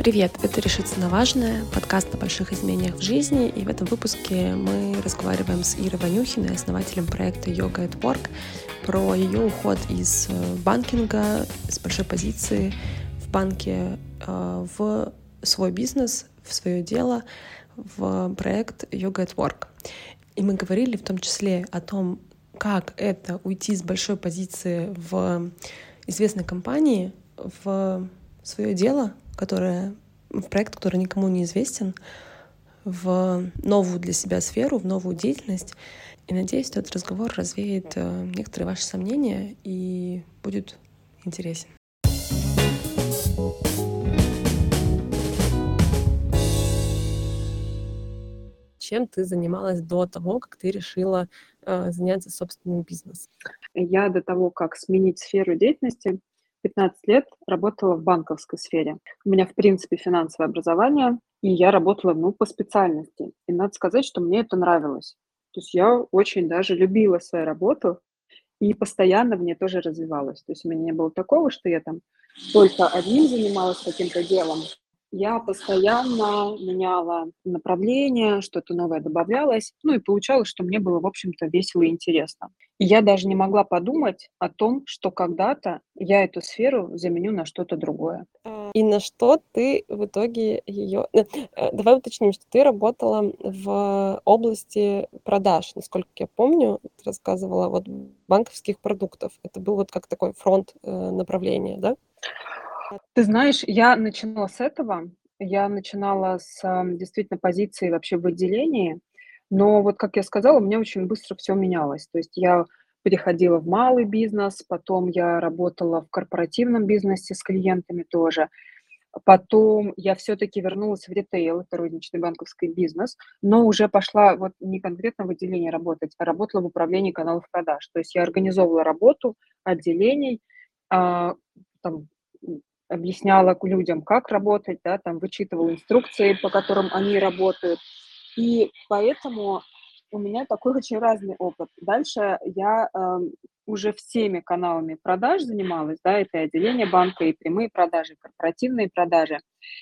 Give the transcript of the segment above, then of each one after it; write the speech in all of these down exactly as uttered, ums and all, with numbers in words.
Привет! Это «Решиться на важное», подкаст о больших изменениях в жизни. И в этом выпуске мы разговариваем с Ирой Ванюхиной, основателем проекта Yoga at Work, про ее уход из банкинга, с большой позиции в банке в свой бизнес, в свое дело, в проект Yoga at Work. И мы говорили в том числе о том, как это уйти с большой позиции в известной компании в свое дело, которое, в проект, который никому не известен, в новую для себя сферу, в новую деятельность. И надеюсь, что этот разговор развеет некоторые ваши сомнения и будет интересен. Чем ты занималась до того, как ты решила э, заняться собственным бизнесом? Я до того, как сменить сферу деятельности, пятнадцать лет работала в банковской сфере. У меня, в принципе, финансовое образование, и я работала, ну, по специальности. И надо сказать, что мне это нравилось. То есть я очень даже любила свою работу и постоянно в ней тоже развивалась. То есть у меня не было такого, что я там только одним занималась каким-то делом. Я постоянно меняла направление, что-то новое добавлялось, ну и получалось, что мне было, в общем-то, весело и интересно. И я даже не могла подумать о том, что когда-то я эту сферу заменю на что-то другое. И на что ты в итоге ее... Давай уточним, что ты работала в области продаж, насколько я помню, ты рассказывала, вот банковских продуктов. Это был вот как такой фронт направления, да? Ты знаешь, я начинала с этого. Я начинала с действительно позиции вообще в отделении, но вот, как я сказала, у меня очень быстро все менялось. То есть я переходила в малый бизнес, потом я работала в корпоративном бизнесе с клиентами тоже. Потом я все-таки вернулась в ритейл, это розничный банковский бизнес, но уже пошла вот не конкретно в отделении работать, а работала в управлении каналов продаж. То есть я организовывала работу отделений, а, там, м, объясняла к людям, как работать, да, там вычитывала инструкции, по которым они работают. И поэтому у меня такой очень разный опыт. Дальше я эм, уже всеми каналами продаж занималась, да, это и отделение банка, и прямые продажи, и корпоративные продажи.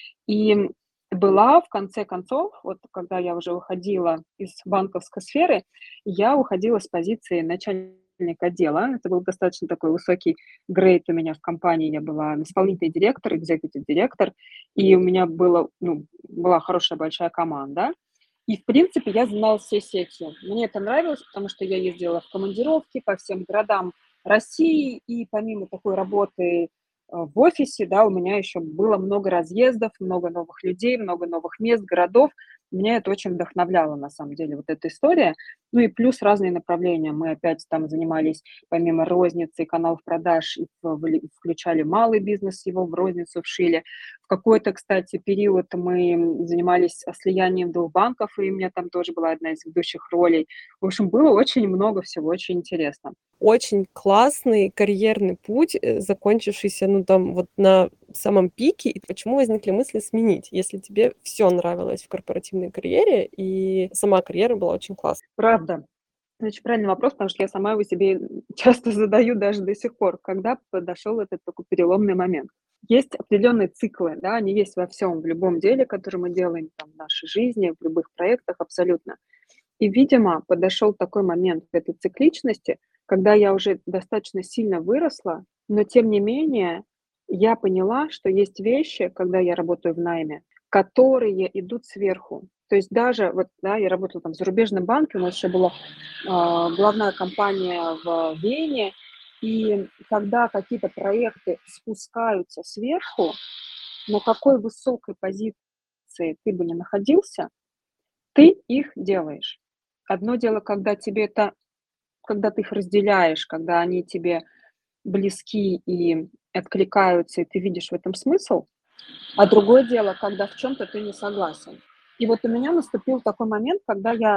И была в конце концов, вот когда я уже выходила из банковской сферы, я уходила с позиции начальника отдела. Это был достаточно такой высокий грейд у меня в компании. Я была исполнительный директор, экзекутив директор, и у меня было, ну, была хорошая большая команда. И, в принципе, я занималась всей сетью. Мне это нравилось, потому что я ездила в командировки по всем городам России, и помимо такой работы э, в офисе, да, у меня еще было много разъездов, много новых людей, много новых мест, городов. Меня это очень вдохновляло, на самом деле, вот эта история. Ну и плюс разные направления. Мы опять там занимались, помимо розницы и каналов продаж, и в- вли- включали малый бизнес, его в розницу вшили. В какой-то, кстати, период мы занимались слиянием двух банков, и у меня там тоже была одна из ведущих ролей. В общем, было очень много всего, очень интересно. Очень классный карьерный путь, э, закончившийся, ну, там, вот на самом пике. И почему возникли мысли сменить, если тебе все нравилось в корпоративной карьере, и сама карьера была очень классной? Правда. Это очень правильный вопрос, потому что я сама его себе часто задаю даже до сих пор, когда подошел этот такой переломный момент. Есть определенные циклы, да, они есть во всем, в любом деле, которое мы делаем там, в нашей жизни, в любых проектах абсолютно. И, видимо, подошел такой момент этой цикличности, когда я уже достаточно сильно выросла, но тем не менее я поняла, что есть вещи, когда я работаю в найме, которые идут сверху. То есть даже вот, да, я работала там в зарубежном банке, у нас еще была а, главная компания в Вене, и когда какие-то проекты спускаются сверху, на какой высокой позиции ты бы не находился, ты их делаешь. Одно дело, когда тебе это когда ты их разделяешь, когда они тебе близки и откликаются, и ты видишь в этом смысл, а другое дело, когда в чем то ты не согласен. И вот у меня наступил такой момент, когда я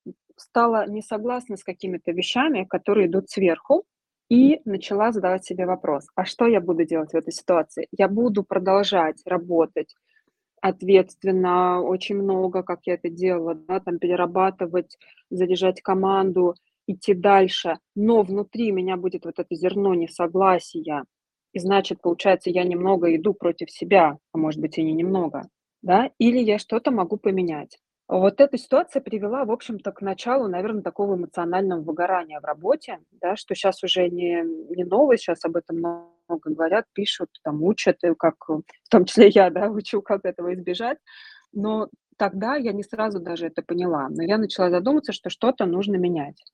стала не согласна с какими-то вещами, которые идут сверху, и начала задавать себе вопрос: а что я буду делать в этой ситуации? Я буду продолжать работать ответственно, очень много, как я это делала, да, там перерабатывать, заряжать команду, идти дальше. Но внутри меня будет вот это зерно несогласия. и значит, получается, я немного иду против себя, а может быть, и не немного, да, или я что-то могу поменять. Вот эта ситуация привела, в общем-то, к началу, наверное, такого эмоционального выгорания в работе, да, что сейчас уже не, не новость, сейчас об этом много говорят, пишут, там, учат, и как, э, в том числе я, да, учу, как этого избежать. Но тогда я не сразу даже это поняла, но я начала задумываться, что что-то нужно менять.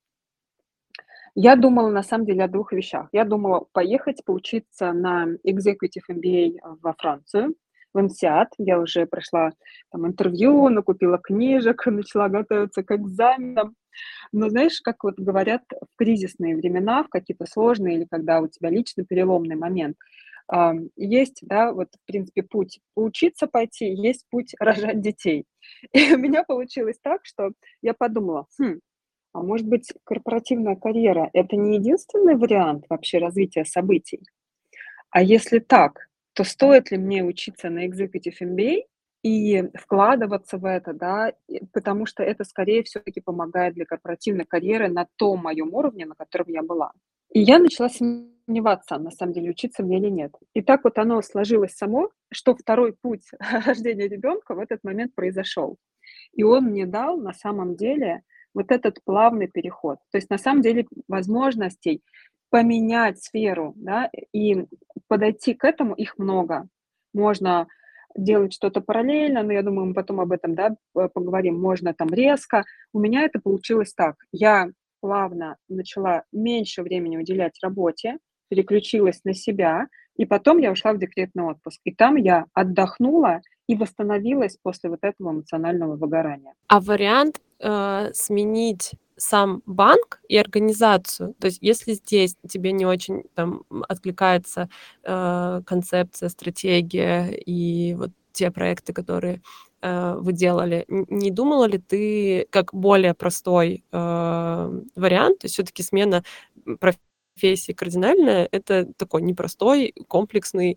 Я думала, на самом деле, о двух вещах. Я думала поехать поучиться на Executive эм би эй во Францию, в INSEAD. Я уже прошла там интервью, накупила книжек, начала готовиться к экзаменам. Но знаешь, как вот говорят, в кризисные времена, в какие-то сложные или когда у тебя лично переломный момент, ам, есть, да, вот, в принципе, путь поучиться пойти, есть путь рожать детей. И у меня получилось так, что я подумала: "Хм, а может быть, корпоративная карьера — это не единственный вариант вообще развития событий? А если так, то стоит ли мне учиться на Executive эм би эй и вкладываться в это, да, и потому что это скорее всё-таки помогает для корпоративной карьеры на том моем уровне, на котором я была". И я начала сомневаться, на самом деле, учиться мне или нет. И так вот оно сложилось само, что второй путь рождения ребенка в этот момент произошел. И он мне дал на самом деле вот этот плавный переход. То есть на самом деле возможностей поменять сферу, да, и подойти к этому, их много. Можно делать что-то параллельно, но я думаю, мы потом об этом, да, п поговорим. Можно там резко. У меня это получилось так: я плавно начала меньше времени уделять работе, переключилась на себя, и потом я ушла в декретный отпуск. И там я отдохнула и восстановилась после вот этого эмоционального выгорания. А вариант, э, сменить сам банк и организацию, то есть если здесь тебе не очень там, м, откликается, э, концепция, стратегия и вот те проекты, которые, э, вы делали, н не думала ли ты, как более простой, э, вариант, то есть всё-таки смена, м, профессии кардинальная — это такой непростой, комплексный,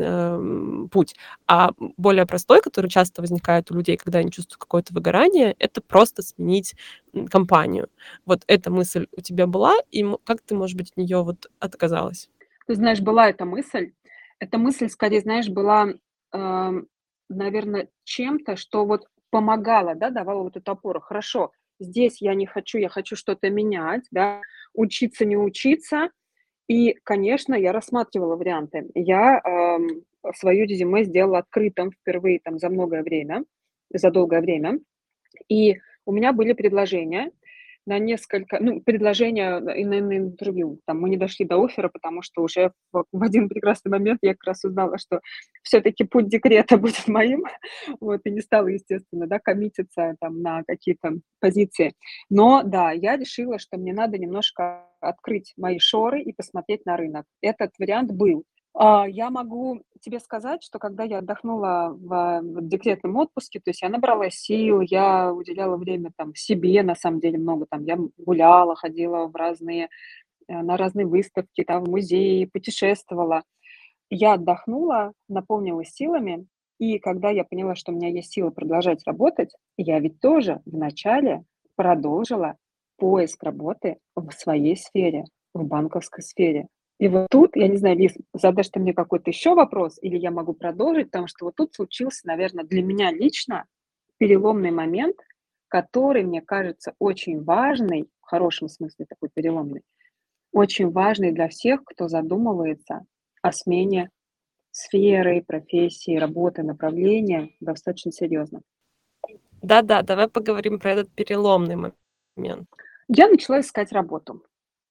эм, путь. А, м, более простой, который часто возникает у людей, когда они чувствуют какое-то выгорание — это просто сменить, м, компанию. Вот эта мысль у тебя была, и, м, как ты, может быть, от неё вот отказалась? Ты знаешь, была эта мысль. Эта мысль, скорее, знаешь, была, ам, наверно, чем-то, что вот помогало, да, давало вот эту опору. Хорошо, здесь я не хочу, я хочу что-то менять, да, учиться, не учиться. И, конечно, я рассматривала варианты. Я, ам, своё резюме сделала открытым впервые там за многое время, за долгое время. И у меня были предложения на несколько, ну, предложения и на на интервью. Там мы не дошли до оффера, потому что уже в в один прекрасный момент я как раз узнала, что всё-таки путь декрета будет моим. Вот, и не стала, естественно, да, коммититься там на какие-то позиции. Но да, я решила, что мне надо немножко открыть мои шоры и посмотреть на рынок. Этот вариант был. А, я могу тебе сказать, что когда я отдохнула в в декретном отпуске, то есть я набралась сил, я уделяла время там себе, на самом деле много там. Я, м, гуляла, ходила в разные, э, на разные выставки, там, в музеи, путешествовала. Я отдохнула, наполнилась силами, и когда я поняла, что у меня есть силы продолжать работать, я ведь тоже вначале продолжила поиск работы в своей сфере, в банковской сфере. И вот тут, я не знаю, Лиз, задашь ты мне какой-то ещё вопрос или я могу продолжить, потому что вот тут случился, наверно, для меня лично переломный момент, который, мне кажется, очень важный, в хорошем смысле такой переломный, очень важный для всех, кто задумывается о смене сферы, профессии, работы, направления достаточно серьёзно. Да-да, давай поговорим про этот переломный момент. Я начала искать работу.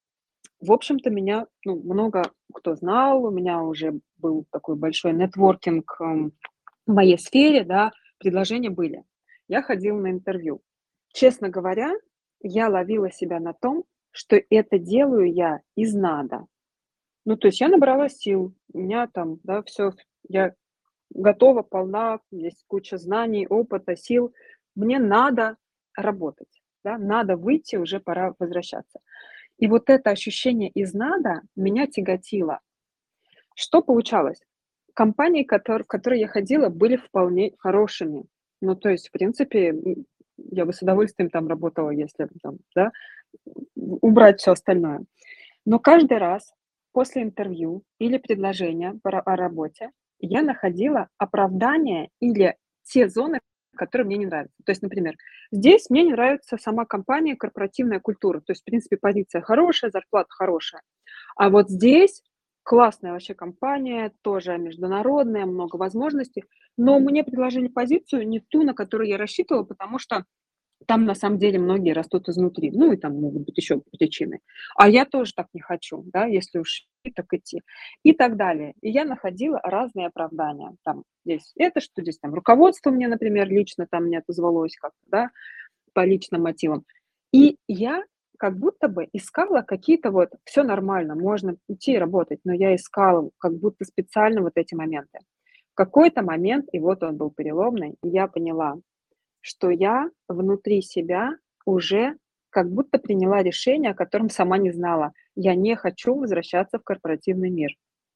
В общем-то, меня, ну, много кто знал, у меня уже был такой большой нетворкинг, м, в моей сфере, да, предложения были. Я ходила на интервью. Честно говоря, я ловила себя на том, что это делаю я из надо. Ну, то есть я набралась сил, у меня там, да, всё, я готова, полна, есть куча знаний, опыта, сил. Мне надо работать, да, надо выйти, уже пора возвращаться. И вот это ощущение из надо меня тяготило. Что получалось? Компании, котор в которые я ходила, были вполне хорошими. Ну, то есть, в принципе, м, я бы с удовольствием там работала, если бы там, да, у убрать всё остальное. Но каждый раз после интервью или предложения по ра о работе я находила оправдание или те зоны, которые мне не нравятся. То есть, например, здесь мне не нравится сама компания, корпоративная культура. То есть, в принципе, позиция хорошая, зарплата хорошая. А вот здесь классная вообще компания, тоже международная, много возможностей, но мне предложили позицию не ту, на которую я рассчитывала, потому что там на самом деле многие растут изнутри. Ну и там могут быть еще причины. А я тоже так не хочу, да, если уж идти, так идти. И так далее. И я находила разные оправдания. Там здесь это, что здесь там руководство мне, например, лично там не отозвалось как-то, да, по личным мотивам. И я как будто бы искала какие-то вот все нормально, можно идти и работать, но я искала как будто специально вот эти моменты. В какой-то момент, и вот он был переломный, и я поняла, что я внутри себя уже как будто приняла решение, о котором сама не знала. Я не хочу возвращаться в корпоративный мир.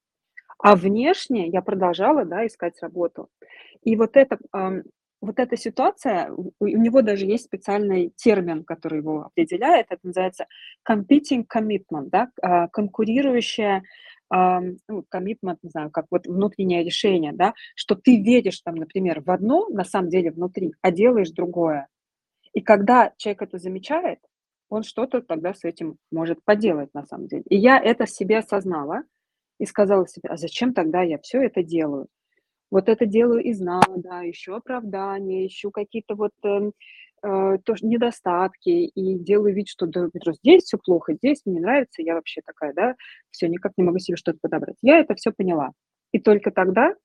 А внешне я продолжала, да, искать работу. И вот эта, ам, вот эта ситуация, у у него даже есть специальный термин, который его определяет. Это называется competing commitment, да, а, конкурирующая, ам, ну, commitment, не знаю, как вот внутреннее решение, да, что ты веришь там, например, в одно, на самом деле внутри, а делаешь другое. И когда человек это замечает, он что-то тогда с этим может поделать на самом деле. И я это в себе осознала и сказала себе: "А зачем тогда я все это делаю?" Вот это делаю из да, ищу оправдания, ищу какие-то вот, эм, э, тоже недостатки и делаю вид, что да, вот здесь все плохо, здесь мне не нравится, я вообще такая, да, все никак не могу себе что-то подобрать. Я это все поняла. И только тогда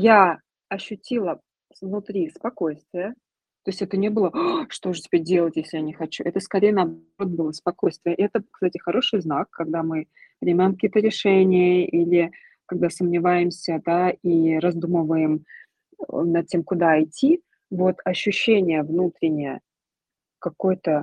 я ощутила с внутри спокойствие. То есть это не было: "А, что же теперь делать, если я не хочу?" Это скорее, наоборот, было спокойствие. И это, кстати, хороший знак, когда мы принимаем какие-то решения или когда сомневаемся, да, и раздумываем, э, над тем, куда идти, вот ощущение внутреннее какой-то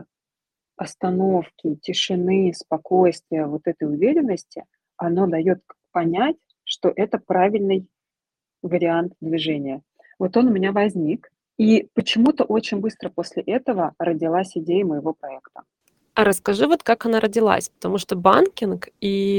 остановки, тишины, спокойствия, вот этой уверенности, оно дает к понять, что это правильный вариант движения. Вот он у меня возник, и почему-то очень быстро после этого родилась идея моего проекта. А расскажи, вот как она родилась, потому что банкинг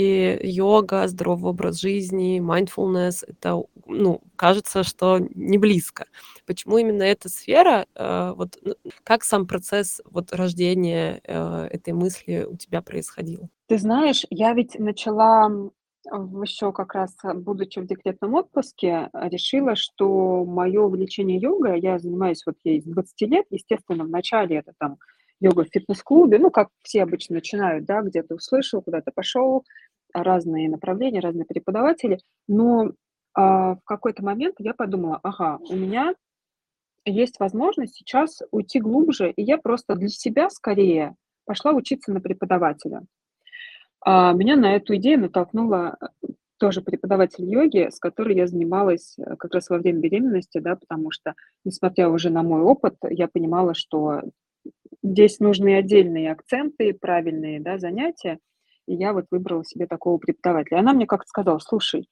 и йога, здоровый образ жизни, mindfulness — это, ну, кажется, что не близко. Почему именно эта сфера? Э, вот, ну, как сам процесс вот рождения, э, этой мысли у тебя происходил? Ты знаешь, я ведь начала, м, в еще как раз, э, будучи в декретном отпуске, э, решила, что мое увлечение йогой, я занимаюсь вот ей с двадцати лет, естественно, вначале это там йога в фитнес-клубе, ну, как все обычно начинают, да, где-то услышал, куда-то пошел, а, разные направления, разные преподаватели. Но, а, в какой-то момент я подумала: ага, у меня есть возможность сейчас уйти глубже, и я просто для себя скорее пошла учиться на преподавателя. А, меня на эту идею натолкнула, э, тоже преподаватель йоги, с которой я занималась, э, как раз во время беременности, да, потому что, несмотря уже на мой опыт, я понимала, что здесь нужны отдельные акценты, правильные, да, занятия. И я вот выбрала себе такого преподавателя. Она мне как-то сказала: "Слушай,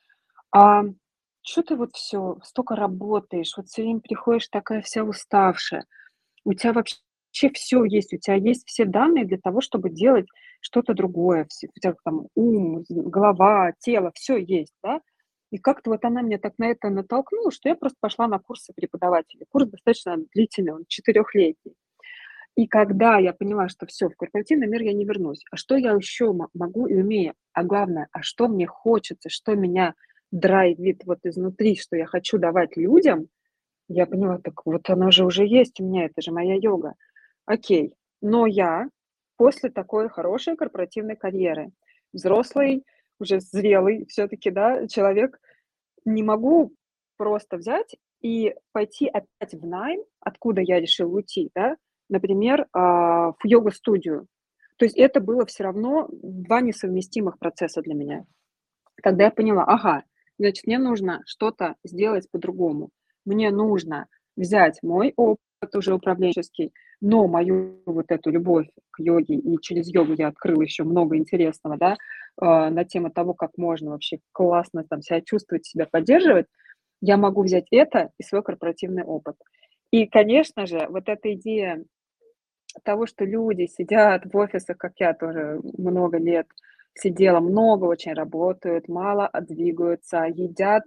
а чё ты вот все столько работаешь, вот все время приходишь такая вся уставшая, у тебя вообще все есть, у тебя есть все данные для того, чтобы делать что-то другое. Все у тебя там ум, з голова, тело, все есть, да". И как-то вот она меня так на это натолкнула, что я просто пошла на курсы преподавателя. Курс достаточно длительный, он четырехлетний. И когда я поняла, что все в корпоративный мир я не вернусь, а что я еще могу и умею? А главное, а что мне хочется, что меня драйвит вот изнутри, что я хочу давать людям, я поняла: так вот оно же уже есть у меня, это же моя йога. Окей. Но я после такой хорошей корпоративной карьеры, взрослый, уже зрелый все таки да, человек, не могу просто взять и пойти опять в найм, откуда я решила уйти, да, например, а, в йога-студию. То есть это было все равно два несовместимых процесса для меня. Тогда я поняла: ага, значит, мне нужно что-то сделать по-другому. Мне нужно взять мой опыт уже управленческий, но мою вот эту любовь к йоге, и через йогу я открыла еще много интересного, да, а, на тему того, как можно вообще классно там себя чувствовать, себя поддерживать. Я могу взять это и свой корпоративный опыт. И, конечно же, вот эта идея того, что люди сидят в офисах, как я тоже много лет, сидела, много очень работают, мало, а, двигаются, едят,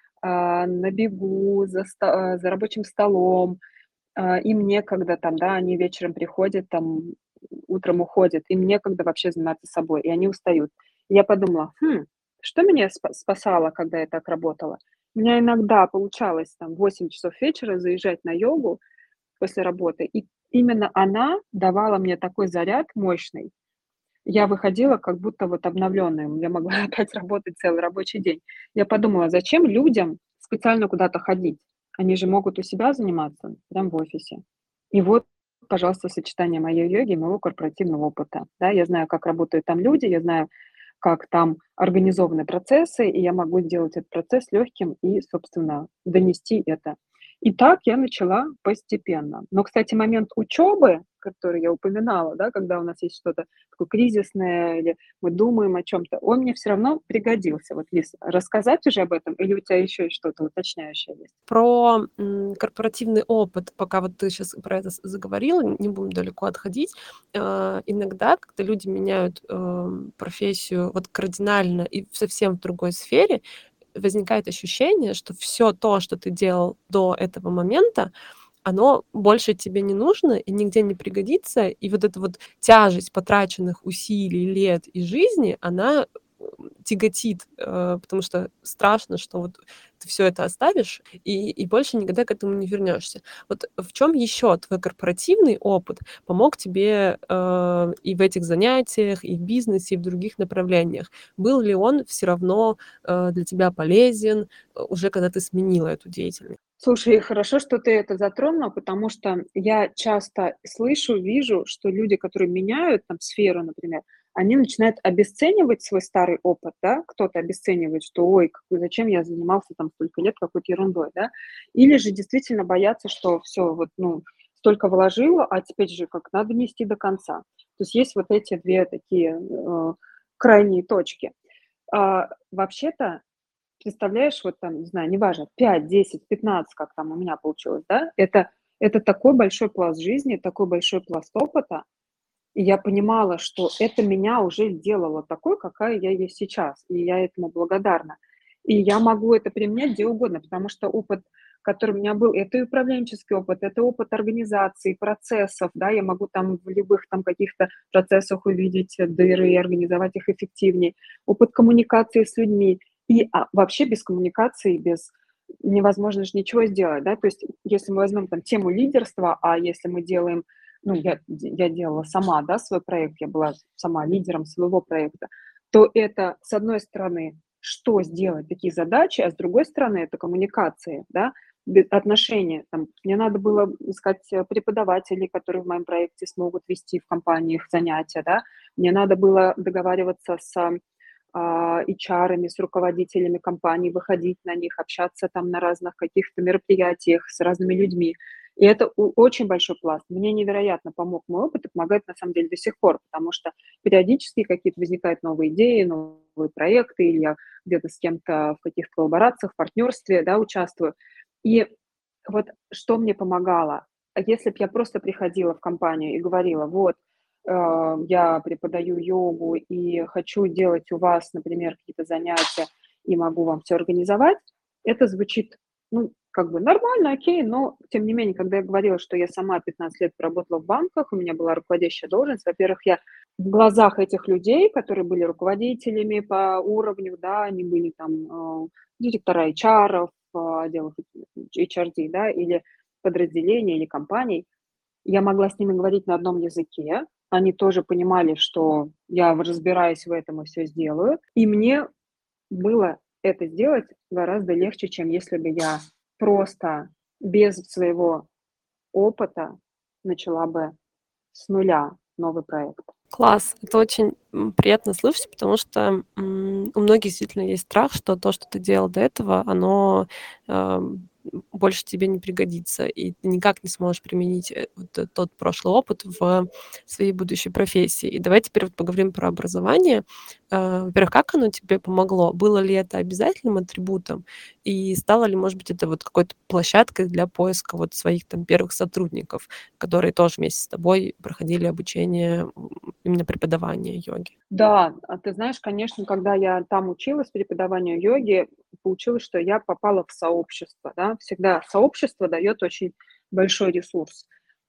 а, на бегу, за ста а, за рабочим столом. А, им некогда там, да, они вечером приходят, там, утром уходят, им некогда вообще заниматься собой, и они устают. И я подумала: "Хм, что меня спа спасало, когда я так работала?" У меня иногда получалось там в восемь часов вечера заезжать на йогу после работы, и именно она давала мне такой заряд мощный. Я выходила как будто вот обновленная, я могла опять работать целый рабочий день. Я подумала: зачем людям специально куда-то ходить? Они же могут у себя заниматься, прям в офисе. И вот, пожалуйста, сочетание моей йоги и моего корпоративного опыта. Да, я знаю, как работают там люди, я знаю, как там организованы процессы, и я могу сделать этот процесс легким и, собственно, донести это. И так я начала постепенно. Но, кстати, момент учебы, который я упоминала, да, когда у нас есть что-то такое кризисное или мы думаем о чем-то, он мне все равно пригодился. Вот, Лиз, рассказать уже об этом или у тебя еще есть что-то уточняющее есть? Про, м, корпоративный опыт, пока вот ты сейчас про это с заговорила, не будем далеко отходить. Э, иногда, когда люди меняют, эм, профессию вот кардинально и в совсем в другой сфере, возникает ощущение, что все то, что ты делал до этого момента, оно больше тебе не нужно и нигде не пригодится. И вот эта вот тяжесть потраченных усилий, лет и жизни, она, м, тяготит, э, потому что страшно, что вот ты все это оставишь и и больше никогда к этому не вернешься. Вот в чем еще твой корпоративный опыт помог тебе, э, и в этих занятиях, и в бизнесе, и в других направлениях? Был ли он все равно, э, для тебя полезен, э, уже когда ты сменила эту деятельность? Слушай, хорошо, что ты это затронула, потому что я часто слышу, вижу, что люди, которые меняют там сферу, например, они начинают обесценивать свой старый опыт, да, кто-то обесценивает, что, ой, как- зачем я занимался там столько лет какой-то ерундой, да, или же действительно боятся, что все, вот, ну, столько вложила, а теперь же как надо нести до конца. То есть есть вот эти две такие э, крайние точки. А, вообще-то представляешь, вот там, не знаю, неважно, пять, десять, пятнадцать, как там у меня получилось, да, это это такой большой пласт жизни, такой большой пласт опыта. И я понимала, что это меня уже сделало такой, какая я есть сейчас, и я этому благодарна. И я могу это применять где угодно, потому что опыт, который у меня был, это и управленческий опыт, это опыт организации, процессов, да, я могу там в любых там каких-то процессах увидеть дыры и организовать их эффективнее, опыт коммуникации с людьми. И а, вообще без коммуникации, без невозможно же ничего сделать, да, то есть если мы возьмем там тему лидерства, а если мы делаем, ну, я, я делала сама, да, свой проект, я была сама лидером своего проекта, то это, с одной стороны, что сделать, такие задачи, а с другой стороны, это коммуникации, да, бе- отношения. Там, мне надо было искать э, преподавателей, которые в моем проекте смогут вести в компаниях занятия, да, мне надо было договариваться с а, эйч ар, с руководителями компаний, выходить на них, общаться там на разных каких-то мероприятиях с разными людьми. И это у очень большой пласт. Мне невероятно помог мой опыт и помогает на самом деле до сих пор, потому что периодически какие-то возникают новые идеи, новые проекты, или я где-то с кем-то в каких-то коллаборациях, в партнерстве, да, участвую. И вот что мне помогало? А если бы я просто приходила в компанию и говорила: "Вот, э, я преподаю йогу и хочу делать у вас, например, какие-то занятия и могу вам все организовать", это звучит, ну, как бы нормально, окей, но тем не менее, когда я говорила, что я сама пятнадцать лет проработала в банках, у меня была руководящая должность, во-первых, я в глазах этих людей, которые были руководителями по уровню, да, они были там, э, директора эйч ар, отделов эйч ар ди, да, или подразделений, или компаний, я могла с ними говорить на одном языке. Они тоже понимали, что я в разбираюсь в этом и все сделаю. И мне было это сделать гораздо легче, чем если бы я просто без своего опыта начала бы с нуля новый проект. Класс. Это очень, м, приятно слышать, потому что, м, у многих действительно есть страх, что то, что ты делал до этого, оно, ам, больше тебе не пригодится, и ты никак не сможешь применить э, вот э, тот прошлый опыт в своей будущей профессии. И давай теперь вот поговорим про образование. Э, Во-первых, как оно тебе помогло? Было ли это обязательным атрибутом? И стало ли, может быть, это вот какой-то площадкой для поиска вот своих там первых сотрудников, которые тоже вместе с тобой проходили обучение м, именно преподавания йоги? Да, а ты знаешь, конечно, когда я там училась преподаванию йоги, получилось, что я попала в сообщество, да. Всегда сообщество дает очень большой ресурс.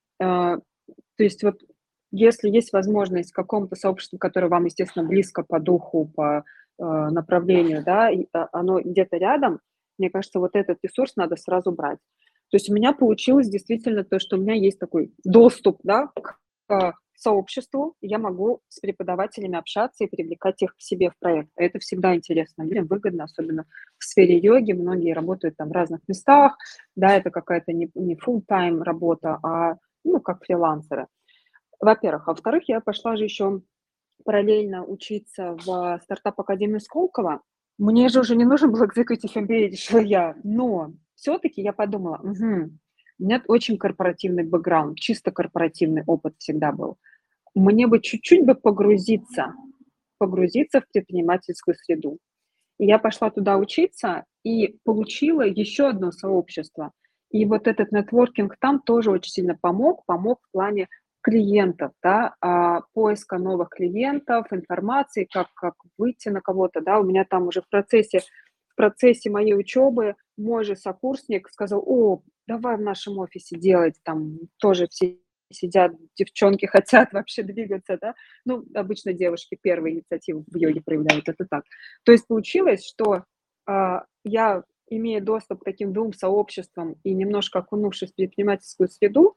Э, То есть вот если есть возможность в каком-то сообществе, которое вам, естественно, близко по духу, по, э, направлению, да, и, а, оно где-то рядом, мне кажется, вот этот ресурс надо сразу брать. То есть у меня получилось действительно то, что у меня есть такой доступ, да, к э, сообществу. Я могу с преподавателями общаться и привлекать их к себе в проект. А это всегда интересно, людям выгодно, особенно в сфере йоги. Многие работают там в разных местах, да, это какая-то не не full-time работа, а, ну, как фрилансеры. Во-первых. А во-вторых, я пошла же еще параллельно учиться в стартап-академию Сколково. Мне же уже не нужен был executive эм би эй, решила я. Но все-таки я подумала, мгм, у меня очень корпоративный бэкграунд, чисто корпоративный опыт всегда был. Мне бы чуть-чуть бы погрузиться, погрузиться в предпринимательскую среду. И я пошла туда учиться и получила еще одно сообщество. И вот этот нетворкинг там тоже очень сильно помог. Помог в плане клиентов, да, а, поиска новых клиентов, информации, как, как выйти на кого-то, да. У меня там уже в процессе, в процессе моей учебы мой же сокурсник сказал: о, давай в нашем офисе делать, там тоже все сидят, девчонки хотят вообще двигаться, да. Ну, обычно девушки первые инициативу в йоге проявляют, это так. То есть получилось, что, а, я, имея доступ к таким двум сообществам и немножко окунувшись в предпринимательскую среду,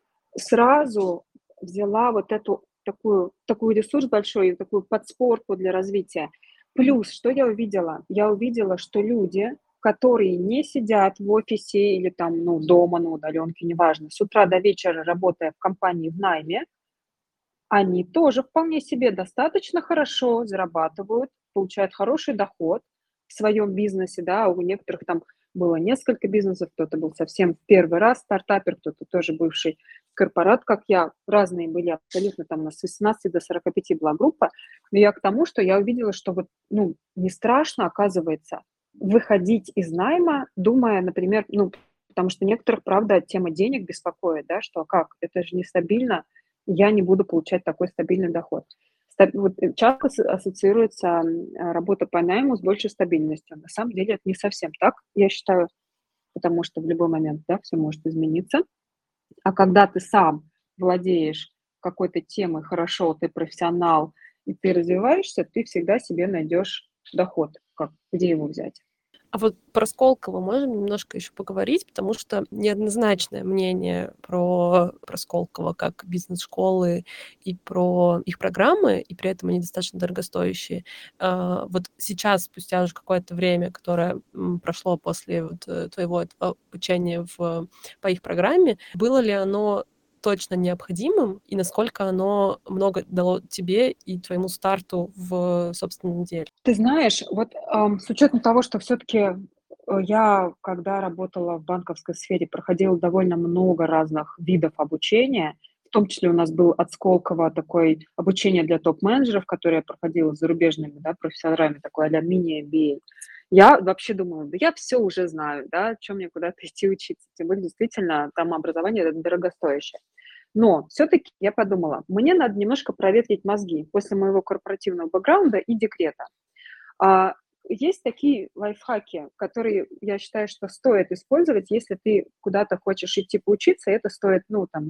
сразу взяла вот эту такую такой ресурс большой, такую подспорку для развития. Плюс, что я увидела? Я увидела, что люди, которые не сидят в офисе или там, ну, дома на удаленке, неважно, с утра до вечера работая в компании в найме, они тоже вполне себе достаточно хорошо зарабатывают, получают хороший доход в своем бизнесе, да. У некоторых там было несколько бизнесов, кто-то был совсем в первый раз стартапер, кто-то тоже бывший корпорат, как я. Разные были абсолютно, там у нас с восемнадцати до сорока пяти была группа. Но я к тому, что я увидела, что вот, ну, не страшно, оказывается, выходить из найма, думая, например, ну, потому что некоторых, правда, тема денег беспокоит, да, что а как, это же нестабильно, я не буду получать такой стабильный доход. Ста вот, э, часто ас ассоциируется, м, а, работа по найму с большей стабильностью. На самом деле это не совсем так, я считаю, потому что в любой момент, да, всё может измениться. А когда ты сам владеешь какой-то темой хорошо, ты профессионал и ты развиваешься, ты всегда себе найдешь доход. Как, где его взять? А вот про Сколково можем немножко еще поговорить, потому что неоднозначное мнение про, про Сколково как бизнес-школы и про их программы, и при этом они достаточно дорогостоящие. А, вот сейчас, спустя уже какое-то время, которое м, прошло после вот, э, твоего этого обучения в, по их программе, было ли оно точно необходимым, и насколько оно много дало тебе и твоему старту в собственном деле? Ты знаешь, вот, ам, с учетом того, что все таки я, когда работала в банковской сфере, проходила довольно много разных видов обучения. В том числе у нас был от Сколково такое обучение для топ-менеджеров, которое я проходила с зарубежными, да, профессорами, такое а-ля мини-эм би эй. Я вообще думала: да я все уже знаю, да, чё мне куда-то идти учиться? Тем более, действительно, там образование дорогостоящее. Но все таки я подумала: мне надо немножко проветрить мозги после моего корпоративного бэкграунда и декрета. А, Есть такие лайфхаки, которые, я считаю, что стоит использовать, если ты куда-то хочешь идти поучиться, и это стоит, ну, там,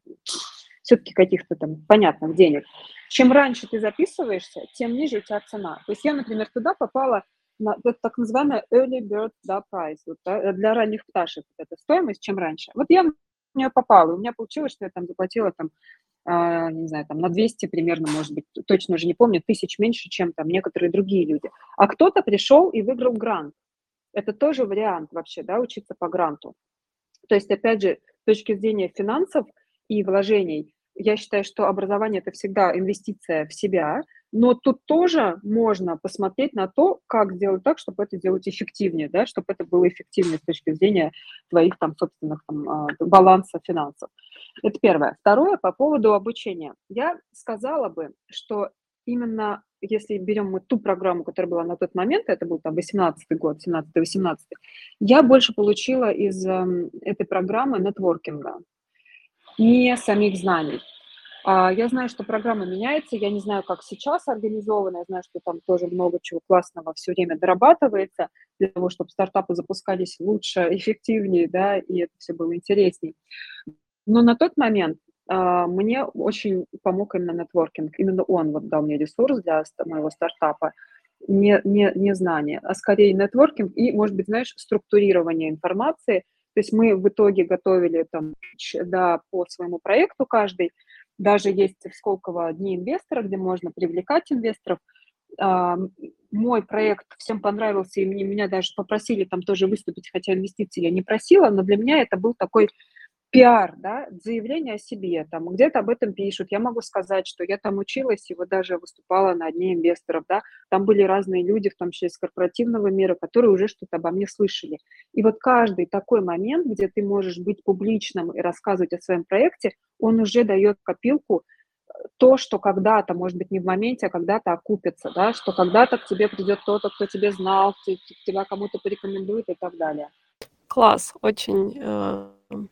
все-таки каких-то там понятных денег. Чем раньше ты записываешься, тем ниже у тебя цена. То есть я, например, туда попала на вот так называемая early bird, да, price, вот, да, для ранних пташек вот эта стоимость, чем раньше. Вот я в нее попала, и у меня получилось, что я там заплатила там, а, не знаю, там на двести примерно, может быть, точно уже не помню, тысяч меньше, чем там некоторые другие люди. А кто-то пришел и выиграл грант. Это тоже вариант вообще, да, учиться по гранту. То есть, опять же, с точки зрения финансов и вложений, я считаю, что образование- это всегда инвестиция в себя, но тут тоже можно посмотреть на то, как сделать так, чтобы это делать эффективнее, да, чтобы это было эффективнее с точки зрения твоих там собственных там, а, баланса финансов. Это первое. Второе, по поводу обучения. Я сказала бы, что именно если берем мы ту программу, которая была на тот момент, это был там восемнадцатый год, семнадцатый восемнадцатый, я больше получила из, эм, этой программы нетворкинга, не самих знаний. А, я знаю, что программа меняется, я не знаю, как сейчас организована, я знаю, что там тоже много чего классного все время дорабатывается для того, чтобы стартапы запускались лучше, эффективнее, да, и это все было интересней. Но на тот момент, а, мне очень помог именно нетворкинг. Именно он вот дал мне ресурс для ст моего стартапа. Не не не знание, а скорее нетворкинг и, может быть, знаешь, структурирование информации. То есть мы в итоге готовили там ч да, по своему проекту каждый. Даже есть в Сколково дни инвестора, где можно привлекать инвесторов. А, м, мой проект всем понравился, и мне меня даже попросили там тоже выступить, хотя инвестиций я не просила, но для меня это был такой пиар, да, заявление о себе, там где-то об этом пишут. Я могу сказать, что я там училась и вот даже выступала на дне инвесторов, да. Там были разные люди, в том числе из корпоративного мира, которые уже что-то обо мне слышали. И вот каждый такой момент, где ты можешь быть публичным и рассказывать о своем проекте, он уже дает копилку, то, что когда-то, может быть, не в моменте, а когда-то окупится, да, что когда-то к тебе придет кто-то, кто тебя знал, те- тебя кому-то порекомендует и так далее. Класс, очень, э,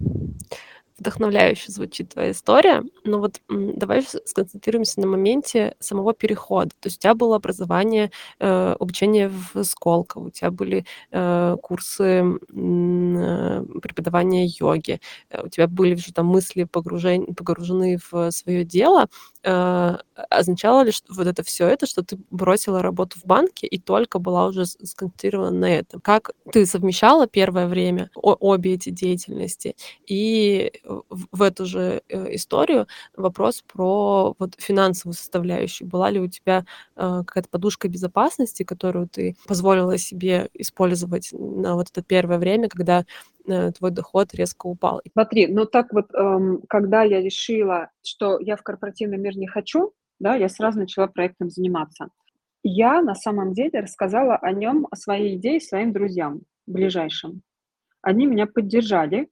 вдохновляюще звучит твоя история. Но вот, м, давай с сконцентрируемся на моменте самого перехода. То есть у тебя было образование, э, обучение в Сколково, у тебя были, э, курсы, м, э, преподавания йоги, э, у тебя были уже там мысли погружень погружены в свое дело. Э, означало ли, что вот это все это, что ты бросила работу в банке и только была уже с сконцентрирована на этом? Как ты совмещала первое время о обе эти деятельности? И в в эту же, э, историю вопрос про вот финансовую составляющую. Была ли у тебя, э, какая-то подушка безопасности, которую ты позволила себе использовать на вот это первое время, когда, э, твой доход резко упал? Смотри, ну так вот, эм, когда я решила, что я в корпоративный мир не хочу, да, я сразу начала проектом заниматься. Я на самом деле рассказала о нем, о своей идее своим друзьям ближайшим. Они меня поддержали,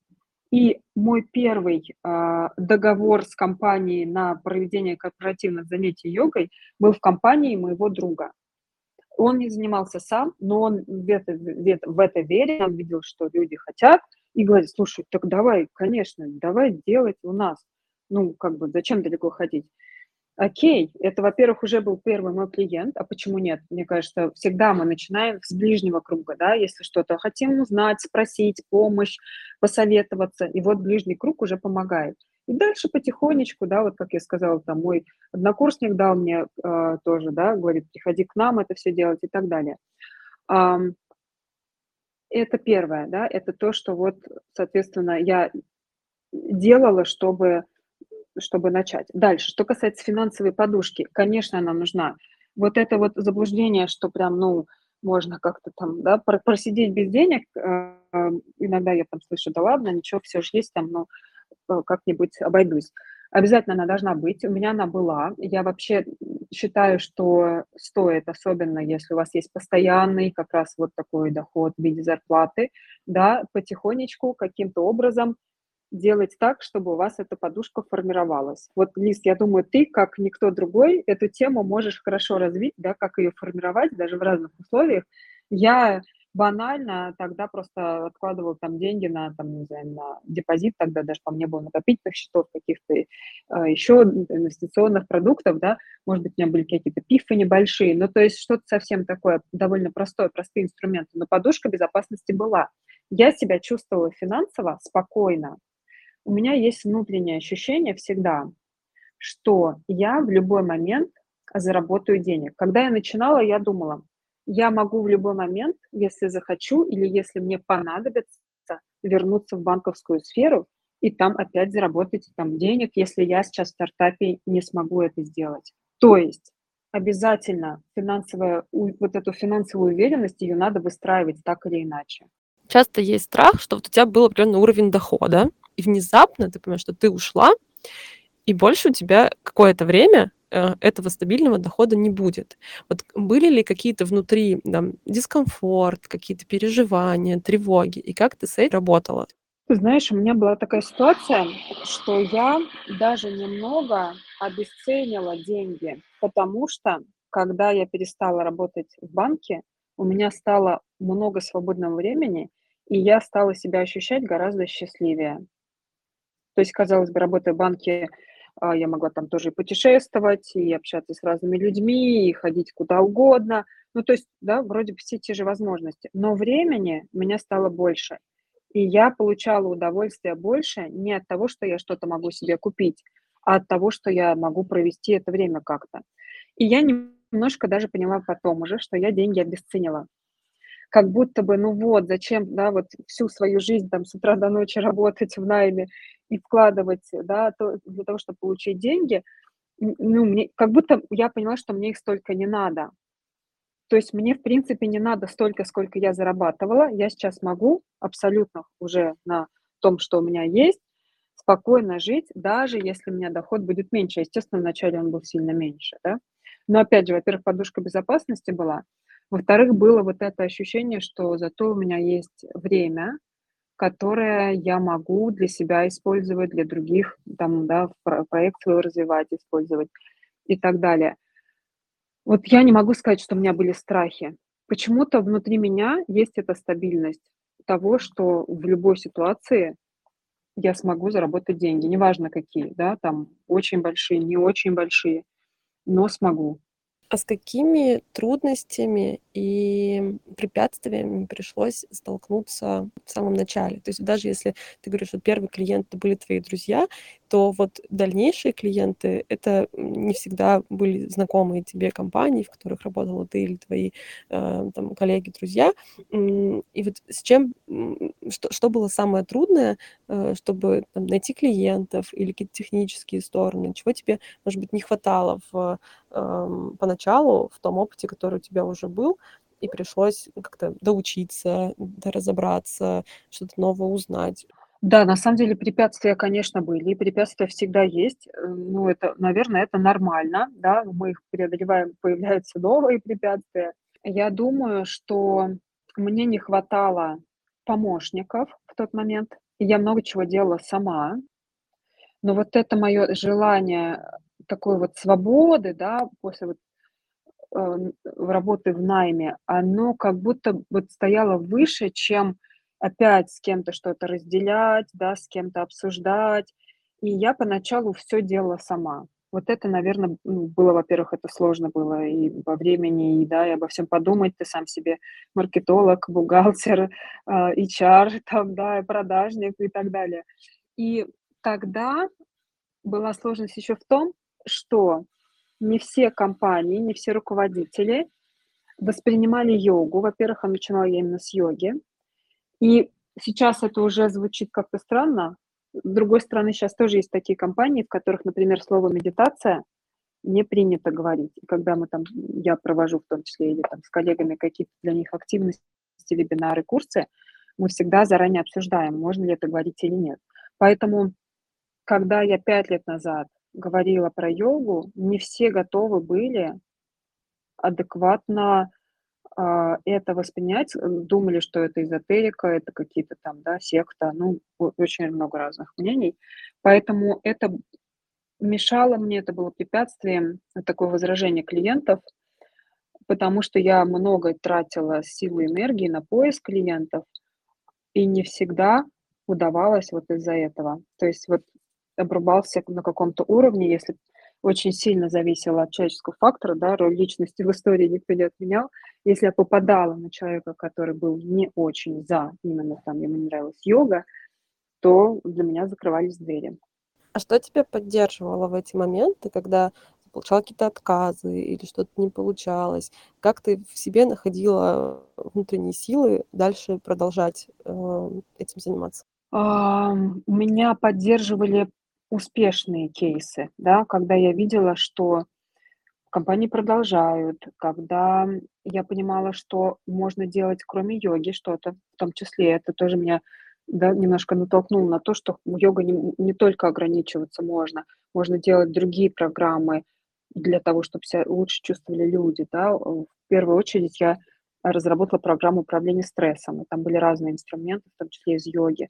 и мой первый, а, договор с компанией на проведение корпоративных занятий йогой был в компании моего друга. Он не занимался сам, но он в это в это в это верил, он видел, что люди хотят, и говорит: "Слушай, так давай, конечно, давай делать у нас. Ну, как бы зачем далеко ходить?" Окей, это, во-первых, уже был первый мой клиент, а почему нет? Мне кажется, всегда мы начинаем с ближнего круга, да, если что-то хотим узнать, спросить, помощь, посоветоваться, и вот ближний круг уже помогает. И дальше потихонечку, да, вот как я сказала, там мой однокурсник дал мне а, тоже, да, говорит, приходи к нам это все делать и так далее. Ам, это первое, да, это то, что вот, соответственно, я делала, чтобы чтобы начать. Дальше, что касается финансовой подушки, конечно, она нужна. Вот это вот заблуждение, что прям, ну, можно как-то там, да, про просидеть без денег, э, иногда я там слышу: "Да ладно, ничего, все же есть там, ну, э, как-нибудь обойдусь". Обязательно она должна быть. У меня она была. Я вообще, считаю, что стоит, особенно если у вас есть постоянный как раз вот такой доход в виде зарплаты, да, потихонечку, каким-то образом делать так, чтобы у вас эта подушка формировалась. Вот, Лиз, я думаю, ты, как никто другой, эту тему можешь хорошо развить, да, как ее формировать даже в разных условиях. Я банально тогда просто откладывала там деньги на, там, не знаю, на депозит, тогда даже по мне было накопительных счетов, каких-то э, еще инвестиционных продуктов, да, может быть, у меня были какие-то пифы небольшие, ну, то есть что-то совсем такое довольно простое, простые инструменты, но подушка безопасности была. Я себя чувствовала финансово спокойно, у меня есть внутреннее ощущение всегда, что я в любой момент заработаю денег. Когда я начинала, я думала: я могу в любой момент, если захочу или если мне понадобится, вернуться в банковскую сферу и там опять заработать там денег, если я сейчас в стартапе не смогу это сделать. То есть обязательно финансовая у вот эту финансовую уверенность, ее надо выстраивать так или иначе. Часто есть страх, что вот у тебя был определенный уровень дохода, и внезапно ты понимаешь, что ты ушла, и больше у тебя какое-то время, э, этого стабильного дохода не будет. Вот были ли какие-то внутри там дискомфорт, какие-то переживания, тревоги, и как ты с этим работала? Ты знаешь, у меня была такая ситуация, что я даже немного обесценила деньги, потому что, когда я перестала работать в банке, у меня стало много свободного времени, и я стала себя ощущать гораздо счастливее. То есть, казалось бы, работая в банке, а, я могла там тоже и путешествовать, и общаться с разными людьми, и ходить куда угодно. Ну, то есть, да, вроде бы все те же возможности. Но времени у меня стало больше. И я получала удовольствие больше не от того, что я что-то могу себе купить, а от того, что я могу провести это время как-то. И я немножко даже поняла потом уже, что я деньги обесценила. Как будто бы, ну вот, зачем, да, вот всю свою жизнь там с утра до ночи работать в найме и вкладывать, да, то для того, чтобы получить деньги. Н ну, мне как будто я поняла, что мне их столько не надо. То есть мне, в принципе, не надо столько, сколько я зарабатывала. Я сейчас могу абсолютно уже на том, что у меня есть, спокойно жить, даже если у меня доход будет меньше. Естественно, вначале он был сильно меньше, да. Но опять же, во-первых, подушка безопасности была. Во-вторых, было вот это ощущение, что зато у меня есть время, которое я могу для себя использовать, для других, там, да, про проект свой развивать, использовать и так далее. Вот я не могу сказать, что у меня были страхи. Почему-то внутри меня есть эта стабильность того, что в любой ситуации я смогу заработать деньги, неважно какие, да, там очень большие, не очень большие, но смогу. А с какими трудностями и препятствиями пришлось столкнуться в самом начале? То есть даже если ты говоришь, что первые клиенты были твои друзья, то вот дальнейшие клиенты — это не всегда были знакомые тебе компании, в которых работала ты или твои, э, там коллеги, друзья. М, и вот с чем, м, что что было самое трудное, э, чтобы там найти клиентов или какие-то технические стороны? Чего тебе, может быть, не хватало в эм, поначалу в том опыте, который у тебя уже был, и пришлось как-то доучиться, доразобраться, что-то новое узнать. Да, на самом деле препятствия, конечно, были, и препятствия всегда есть. Э, ну, это, наверное, это нормально, да, мы их преодолеваем, появляются новые препятствия. Я думаю, что мне не хватало помощников в тот момент, и я много чего делала сама. Но вот это мое желание, э, такой вот свободы, да, после вот, э, н работы в найме, оно как будто вот стояло выше, чем опять с кем-то что-то разделять, да, с кем-то обсуждать. И я поначалу все делала сама. Вот это, наверно, ну, было, во-первых, это сложно было и во времени, и, да, и обо всем подумать. Ты сам себе маркетолог, бухгалтер, а, эйч ар, там, да, и продажник и так далее. И тогда была сложность еще в том, что не все компании, не все руководители воспринимали йогу. Во-первых, а начинала я именно с йоги. И сейчас это уже звучит как-то странно. С другой стороны, сейчас тоже есть такие компании, в которых, например, слово "медитация" не принято говорить. И когда мы там, я провожу в том числе или там с коллегами какие-то для них активности, вебинары, курсы, мы всегда заранее обсуждаем, можно ли это говорить или нет. Поэтому когда я пять лет назад говорила про йогу, не все готовы были адекватно, а, это воспринять. Э, думали, что это эзотерика, это какие-то там, да, секта, ну, о очень много разных мнений. Поэтому это мешало мне, это было препятствием, э, такое возражение клиентов, потому что я много тратила силы и энергии на поиск клиентов, и не всегда удавалось вот из-за этого. То есть вот обрубался на каком-то уровне, если очень сильно зависело от человеческого фактора, да, роль личности в истории никто не отменял. Если я попадала на человека, который был не очень за, именно там ему не нравилась йога, то для меня закрывались двери. А что тебя поддерживало в эти моменты, когда ты получала какие-то отказы или что-то не получалось? Как ты в себе находила внутренние силы дальше продолжать, э, этим заниматься? Ам, меня поддерживали успешные кейсы, да, когда я видела, что компании продолжают, когда я понимала, что можно делать кроме йоги что-то, в том числе это тоже меня да, немножко натолкнул на то, что йога не не только ограничиваться можно, можно делать другие программы для того, чтобы себя лучше чувствовали люди, да. Э, в первую очередь я разработала программу управления стрессом, и там были разные инструменты, в том числе из йоги.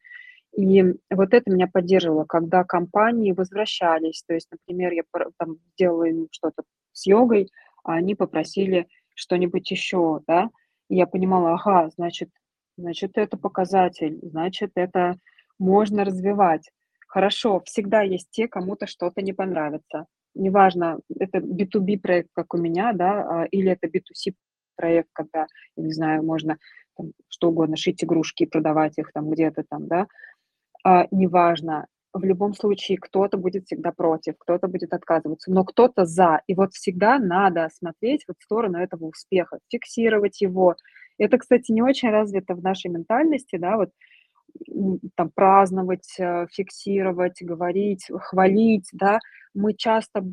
И вот это меня поддерживало, когда компании возвращались. То есть, например, я пр там делала им что-то с йогой, а они попросили что-нибудь еще, да. И я понимала: ага, значит значит, это показатель, значит, это можно развивать. Хорошо, всегда есть те, кому-то что-то не понравится. Неважно, это би ту би проект, как у меня, да, а, или это би ту си проект, когда, я не знаю, можно там что угодно, шить игрушки и продавать их там где-то там, да. А, неважно, в любом случае кто-то будет всегда против, кто-то будет отказываться, но кто-то за. И вот всегда надо смотреть вот в сторону этого успеха, фиксировать его. Это, кстати, не очень развито в нашей ментальности, да, вот, м, там праздновать, э, фиксировать, говорить, хвалить, да. Мы часто,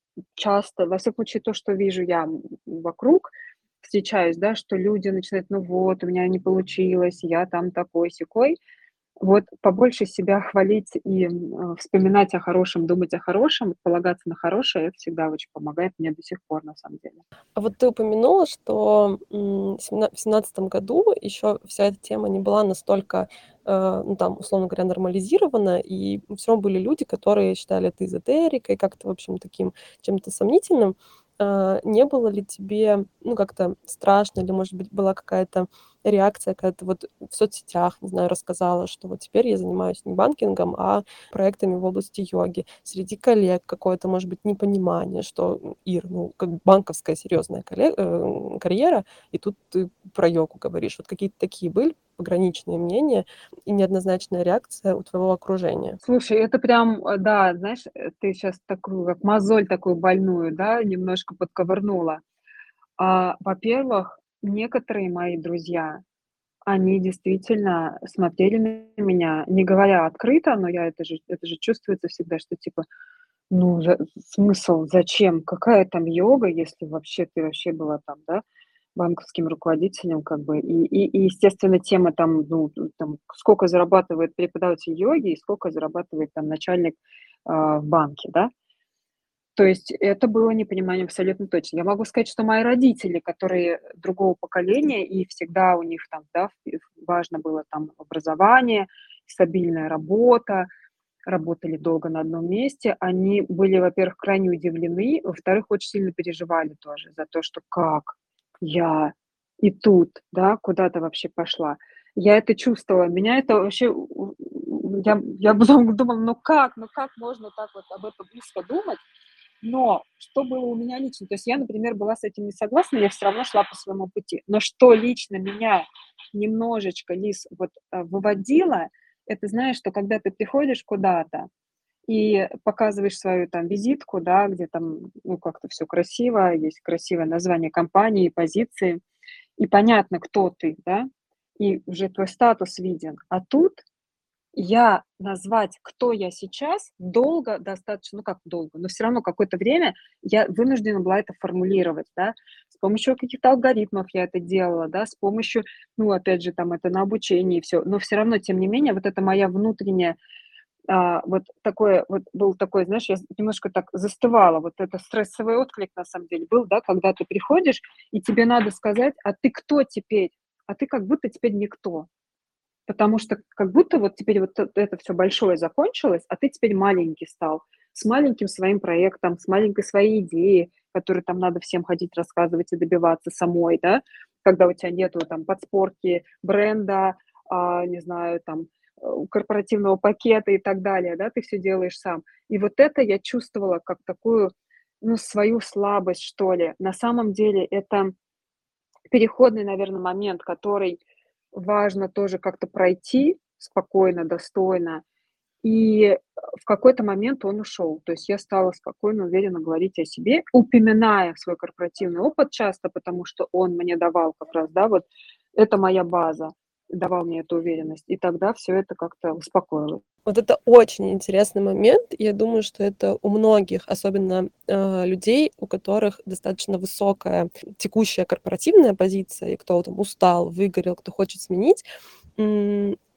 часто, во всяком случае, то, что вижу я, м, вокруг, встречаюсь, да, что люди начинают: "Ну вот, у меня не получилось, я там такой-сякой". Вот побольше себя хвалить и, м, э, вспоминать о хорошем, думать о хорошем, полагаться на хорошее — это всегда очень помогает мне до сих пор, на самом деле. А вот ты упомянула, что, м, семна в семнадцатом году еще вся эта тема не была настолько, э, ну, там, условно говоря, нормализирована, и все равно были люди, которые считали это эзотерикой, как-то, в общем, таким чем-то сомнительным. А, не было ли тебе, ну, как-то страшно или, может быть, была какая-то реакция, когда ты вот в соцсетях, не знаю, рассказала, что вот теперь я занимаюсь не банкингом, а проектами в области йоги. Среди коллег какое-то, может быть, непонимание, что, м, Ир, ну, как бы банковская серьезная колле- э, карьера, и тут ты про йогу говоришь. Вот какие-то такие были пограничные мнения и неоднозначная реакция у твоего окружения? Слушай, это прям, э, да, знаешь, э, ты сейчас такую, как мозоль такую больную, да, немножко подковырнула. А, во-первых, некоторые мои друзья, они действительно смотрели на меня, не говоря открыто, но я это же это же чувствуется всегда, что типа: "Ну, за смысл, зачем? Какая там йога, если вообще ты вообще была там, да, банковским руководителем, как бы". И и и, естественно, тема там, ну, т там, сколько зарабатывает преподаватель йоги и сколько зарабатывает там начальник, а, в банке, да. То есть это было непонимание абсолютно точно. Я могу сказать, что мои родители, которые другого поколения, и всегда у них там, да, в важно было там образование, стабильная работа, работали долго на одном месте. Они были, во-первых, крайне удивлены, во-вторых, очень сильно переживали тоже за то, что как я и тут, да, куда-то вообще пошла. Я это чувствовала. Меня это вообще, у- у- я, я потом думала, ну как, ну как можно так вот об этом узко думать? Но что было у меня лично? То есть я, например, была с этим не согласна, я все равно шла по своему пути. Но что лично меня немножечко, Лиз, вот, э, выводило, это, знаешь, что когда ты приходишь куда-то и показываешь свою там визитку, да, где там, ну, как-то все красиво, есть красивое название компании, позиции, и понятно, кто ты, да, и уже твой статус виден. А тут я назвать, кто я сейчас, долго достаточно, ну как долго, но все равно какое-то время я вынуждена была это формулировать, да. С помощью каких-то алгоритмов я это делала, да, с помощью, ну, опять же, там это на обучении все, но все равно, тем не менее, вот это моя внутренняя, а, вот такое вот был такой, знаешь, я немножко так застывала. Вот это стрессовый отклик на самом деле был, да, когда ты приходишь, и тебе надо сказать: "А ты кто теперь?" А ты как будто теперь никто. Потому что как будто вот теперь вот эт это всё большое закончилось, а ты теперь маленький стал, с маленьким своим проектом, с маленькой своей идеей, которую там надо всем ходить рассказывать и добиваться самой, да. Когда у тебя нету там подспорки бренда, а, не знаю, там, э, корпоративного пакета и так далее, да, ты все делаешь сам. И вот это я чувствовала как такую, ну, свою слабость, что ли. На самом деле это переходный, наверно, момент, который важно тоже как-то пройти спокойно, достойно. И, э, в какой-то момент он ушел. То есть я стала спокойно, уверенно говорить о себе, упоминая свой корпоративный опыт часто, потому что он мне давал как раз, да, вот это моя база, давал мне эту уверенность. И тогда все это как-то успокоилось. Вот это очень интересный момент. И я думаю, что это у многих, особенно, э, людей, у которых достаточно высокая текущая корпоративная позиция, и кто там устал, выгорел, кто хочет сменить,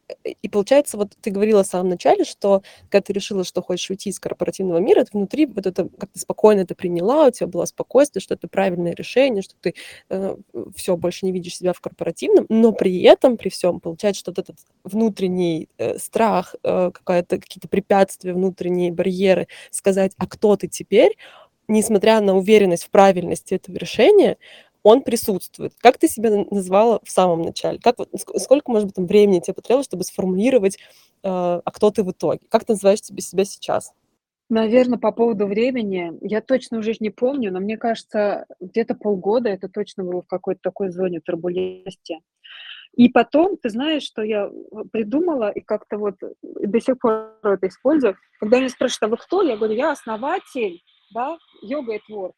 э, и получается, вот ты говорила в самом начале, что когда ты решила, что хочешь уйти из корпоративного мира, ты внутри вот это как-то спокойно это приняла, у тебя было спокойствие, что это правильное решение, что ты, э, всё, больше не видишь себя в корпоративном, но при этом, при всём, получается, что вот этот внутренний, э, страх, э, какая-то какие-то препятствия, внутренние барьеры сказать: "А кто ты теперь?", несмотря на уверенность в правильности этого решения, он присутствует. Как ты себя н назвала в самом начале? Как вот ск сколько, может быть, там времени тебе потребовалось, чтобы сформулировать, э, а кто ты в итоге? Как ты называешь тебе себя сейчас? Наверно, по поводу времени я точно уже ж не помню, но мне кажется, где-то полгода это точно было в какой-то такой зоне турбулентности. И потом, ты знаешь, что я, э, придумала и как-то вот, э, до сих пор это использую. Когда меня спрашивают: "А вы кто?" Я говорю: "Я основатель, да, Yoga at Work".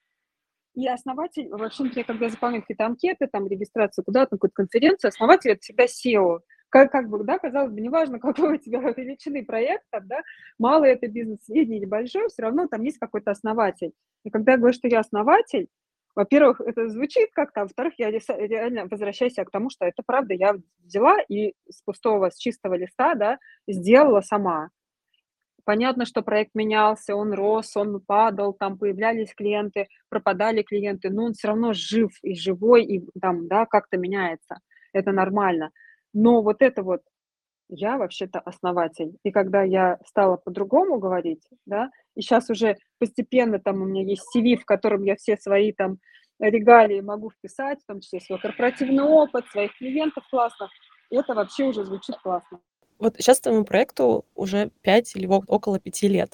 И основатель, в общем-то, я когда заполняю какие-то анкеты, там, регистрацию куда-то, на какую-то конференцию, основатель- это всегда сео. Как как бы, да, казалось бы, неважно, какой у тебя величины проект там, да, малый это бизнес, средний или большой, всё равно там есть какой-то основатель. И когда я говорю, что я основатель, во-первых, это звучит как-то, а во-вторых, я реса реально возвращаюсь я к тому, что это правда я взяла и с пустого, с чистого листа, да, сделала сама. Понятно, что проект менялся, он рос, он падал, там появлялись клиенты, пропадали клиенты, но он всё равно жив и живой, и там, да, как-то меняется. Это нормально. Но вот это вот: "Я вообще-то основатель". И когда я стала по-другому говорить, да, и щас уже постепенно там у меня есть CV, в котором я все свои там регалии могу вписать, в том числе свой корпоративный опыт, своих клиентов классных, это вообще уже звучит классно. Вот щас твоему проекту уже пять или во около пяти лет.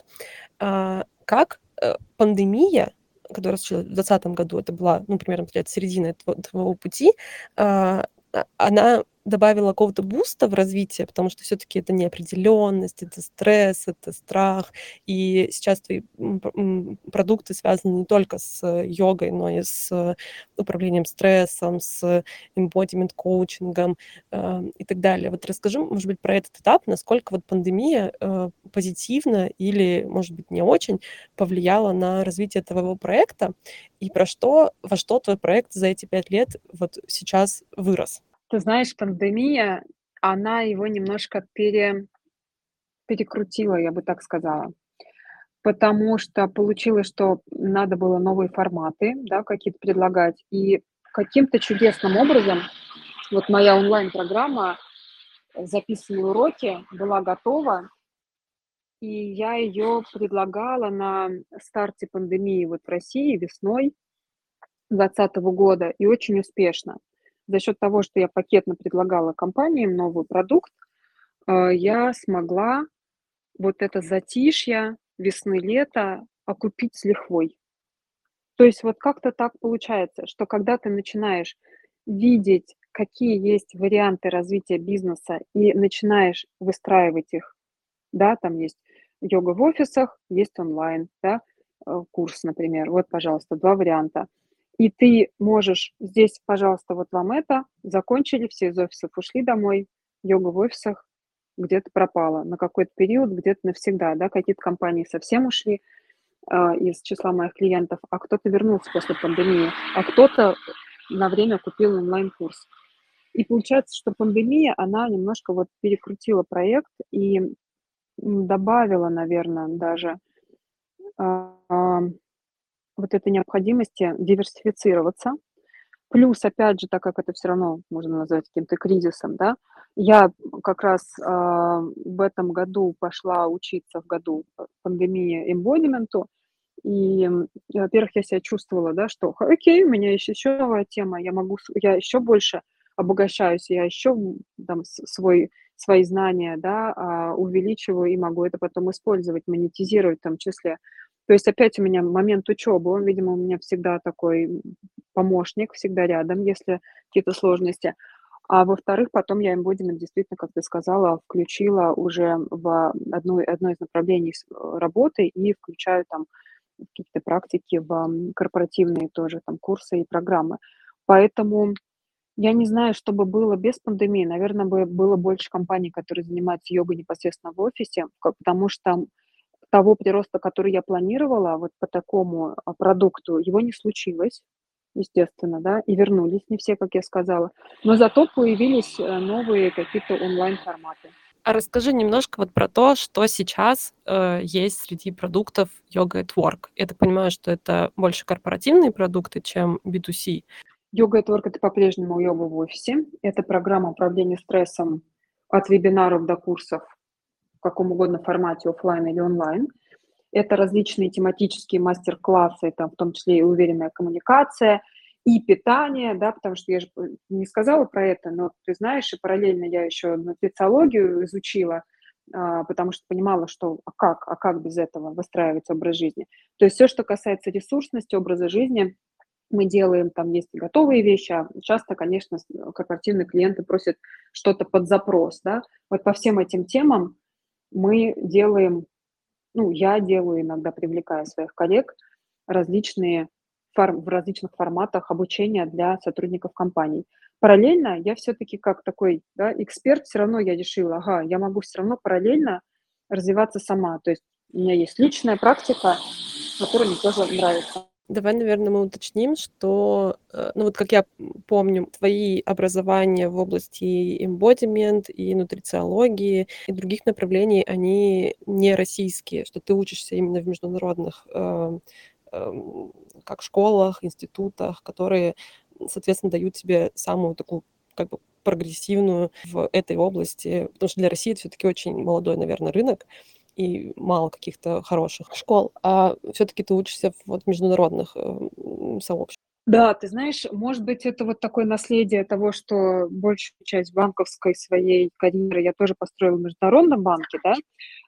А, как, э, пандемия, которая случилась в двадцатом году, это была, ну, примерно, получается, середина тво твоего пути, а, а, она добавила какого-то буста в развитие? Потому что всё-таки это неопределённость, это стресс, это страх. И сейчас твои, м, п м, продукты связаны не только с йогой, но и с управлением стрессом, с эмбодимент-коучингом, а, и так далее. Вот расскажи, может быть, про этот этап, насколько вот пандемия, э, позитивно или, может быть, не очень повлияла на развитие твоего проекта, и про что во что твой проект за эти пять лет вот сейчас вырос? Ты знаешь, пандемия, она его немножко пере перекрутила, я бы так сказала. Потому что получилось, что надо было новые форматы, да, какие-то предлагать. И каким-то чудесным образом вот моя онлайн-программа "Записывай уроки" была готова и я её предлагала на старте пандемии вот в России весной двадцатого года, и очень успешно. За счёт того, что я пакетно предлагала компаниям новый продукт, а, я смогла вот это затишье весны-лета окупить с лихвой. То есть вот как-то так получается, что когда ты начинаешь видеть, какие есть варианты развития бизнеса, и начинаешь выстраивать их, да, там есть йога в офисах, есть онлайн, да, э, курс, например. Вот, пожалуйста, два варианта. И ты можешь здесь, пожалуйста, вот вам это, закончили, все из офисов ушли домой, йога в офисах где-то пропала на какой-то период, где-то навсегда, да. Какие-то компании совсем ушли, а, из числа моих клиентов, а кто-то вернулся после пандемии, а кто-то на время купил онлайн-курс. И получается, что пандемия, она немножко вот перекрутила проект и, м, добавила, наверно, даже, ам, вот этой необходимости диверсифицироваться. Плюс, опять же, так как это всё равно можно назвать каким-то кризисом, да, я как раз, а, в этом году пошла учиться, в году пандемии, эмбодименту. И, м, во-первых, я себя чувствовала, да, что х окей, у меня есть ещё новая тема, я могу с я ещё больше обогащаюсь, я ещё, м, там с свой свои знания, да, а, увеличиваю и могу это потом использовать, монетизировать в том числе. То есть опять у меня момент учёбы, он, видимо, у меня всегда такой, м, помощник, всегда рядом, если какие-то сложности. А во-вторых, потом я эмбодимент действительно, как ты сказала, включила уже в одно одно из направлений с э, работы и включаю там какие-то практики в, м, корпоративные тоже там курсы и программы. Поэтому я не знаю, что бы было без пандемии. Наверно бы, было больше компаний, которые занимаются йогой непосредственно в офисе, ка потому что того прироста, который я планировала вот по такому, а, продукту, его не случилось, естественно, да, и вернулись не все, как я сказала. Но зато появились, э, новые какие-то онлайн-форматы. А расскажи немножко вот про то, что сейчас э, есть среди продуктов Yoga at Work. Я так понимаю, что это больше корпоративные продукты, чем би ту си. Йога at Work — это по-прежнему йога в офисе. Это программа управления стрессом от вебинаров до курсов в каком угодно формате, оффлайн или онлайн. Это различные тематические мастер-классы, там, в том числе и уверенная коммуникация, и питание, да, потому что я же п не сказала про это, но ты знаешь, и параллельно я еще нутрициологию изучила, а, потому что понимала, что а как, а как без этого выстраивать образ жизни. То есть все, что касается ресурсности, образа жизни, мы делаем, там есть и готовые вещи, а часто, конечно, с корпоративные клиенты просят что-то под запрос, да. Вот по всем этим темам мы делаем, ну, я делаю иногда, привлекая своих коллег, различные фор в различных форматах обучения для сотрудников компаний. Параллельно я все-таки как такой, да, эксперт, все равно я решила, ага, я могу все равно параллельно развиваться сама. То есть у меня есть личная практика, которая мне тоже нравится. Давай, наверное, мы уточним, что, э, ну вот как я помню, твои образования в области embodiment и нутрициологии и других направлений, они не российские, что ты учишься именно в международных, э, эм, как школах, институтах, которые, соответственно, дают тебе самую такую как бы прогрессивную в этой области. Потому что для России это все-таки очень молодой, наверное, рынок и мало каких-то хороших школ, а все-таки ты учишься в вот международных э, м, сообществах. Да, ты знаешь, может быть, это вот такое наследие того, что большую часть банковской своей карьеры я тоже построила в международном банке, да,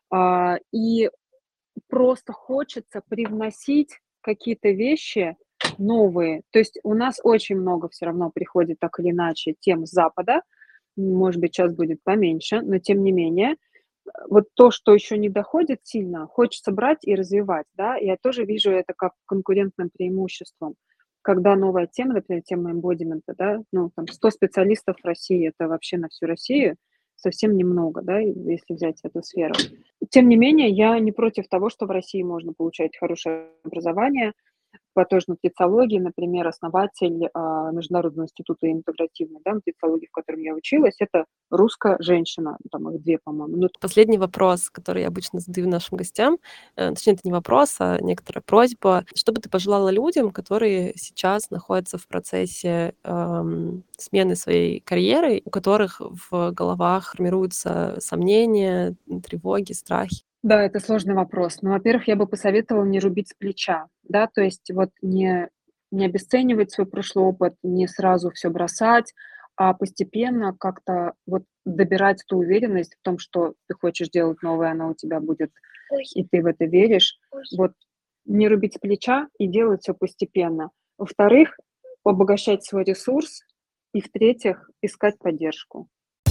а, и просто хочется привносить какие-то вещи новые. То есть у нас очень много все равно приходит так или иначе тем с Запада. Может быть, сейчас будет поменьше, но тем не менее, э, вот то, что еще не доходит сильно, хочется брать и развивать, да. Я тоже вижу это как конкурентным преимуществом. Когда новая тема, например, тема эмбодимента, да, ну, там сто специалистов в России — это вообще на всю Россию совсем немного, да, если взять эту сферу. Тем не менее, я не против того, что в России можно получать хорошее образование по той же нутрициологии. Например, основатель, а, Международного института интегративной, да, нутрициологии, в котором я училась, это русская женщина. Там их две, по-моему. Ну, Последний вопрос, который я обычно задаю нашим гостям, э, точнее, это не вопрос, а некоторая просьба. Что бы ты пожелала людям, которые сейчас находятся в процессе эм, смены своей карьеры, у которых в головах формируются сомнения, тревоги, страхи? да, это сложный вопрос. Но, во-первых, я бы посоветовала не рубить с плеча, да, то есть вот не не обесценивать свой прошлый опыт, не сразу все бросать, а постепенно как-то вот добирать ту уверенность в том, что ты хочешь делать новое, оно у тебя будет, и ты в это веришь. Вот не рубить с плеча и делать все постепенно. Во-вторых, обогащать свой ресурс. И в-третьих, искать поддержку.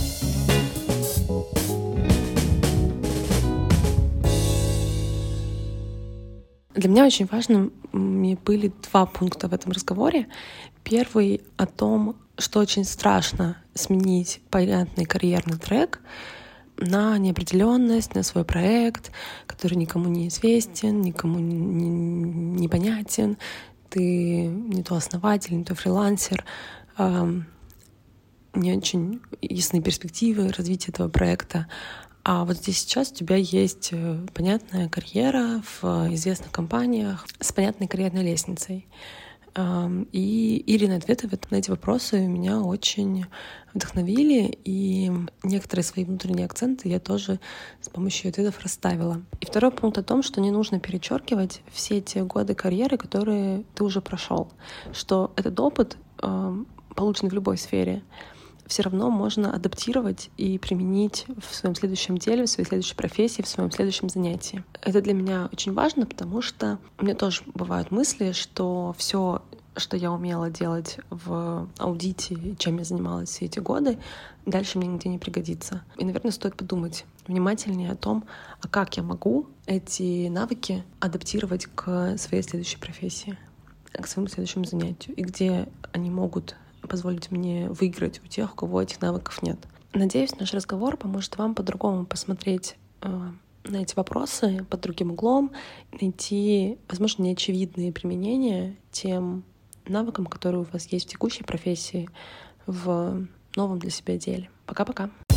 Для меня очень важными были два пункта в этом разговоре. Первый о том, что очень страшно сменить понятный карьерный трек на неопределенность, на свой проект, который никому не известен, никому не, не- непонятен. Ты не то основатель, не то фрилансер, ам, не очень ясны перспективы развития этого проекта. А вот здесь сейчас у тебя есть э, понятная карьера в известных компаниях с понятной карьерной лестницей. Ам, И Ирины ответы в это- на эти вопросы меня очень вдохновили, и некоторые свои внутренние акценты я тоже с помощью ответов расставила. И второй пункт о том, что не нужно перечеркивать все те годы карьеры, которые ты уже прошел, что этот опыт, ам, полученный в любой сфере, все равно можно адаптировать и применить в своем следующем деле, в своей следующей профессии, в своем следующем занятии. Это для меня очень важно, потому что у меня тоже бывают мысли, что все, что я умела делать в аудите, и чем я занималась все эти годы, дальше мне нигде не пригодится. И, наверное, стоит подумать внимательнее о том, а как я могу эти навыки адаптировать к своей следующей профессии, к своему следующему занятию, и где они могут позволить мне выиграть у тех, у кого этих навыков нет. Надеюсь, наш разговор поможет вам по-другому посмотреть э, на эти вопросы под другим углом, найти, возможно, неочевидные применения тем навыкам, которые у вас есть в текущей профессии, в новом для себя деле. Пока-пока.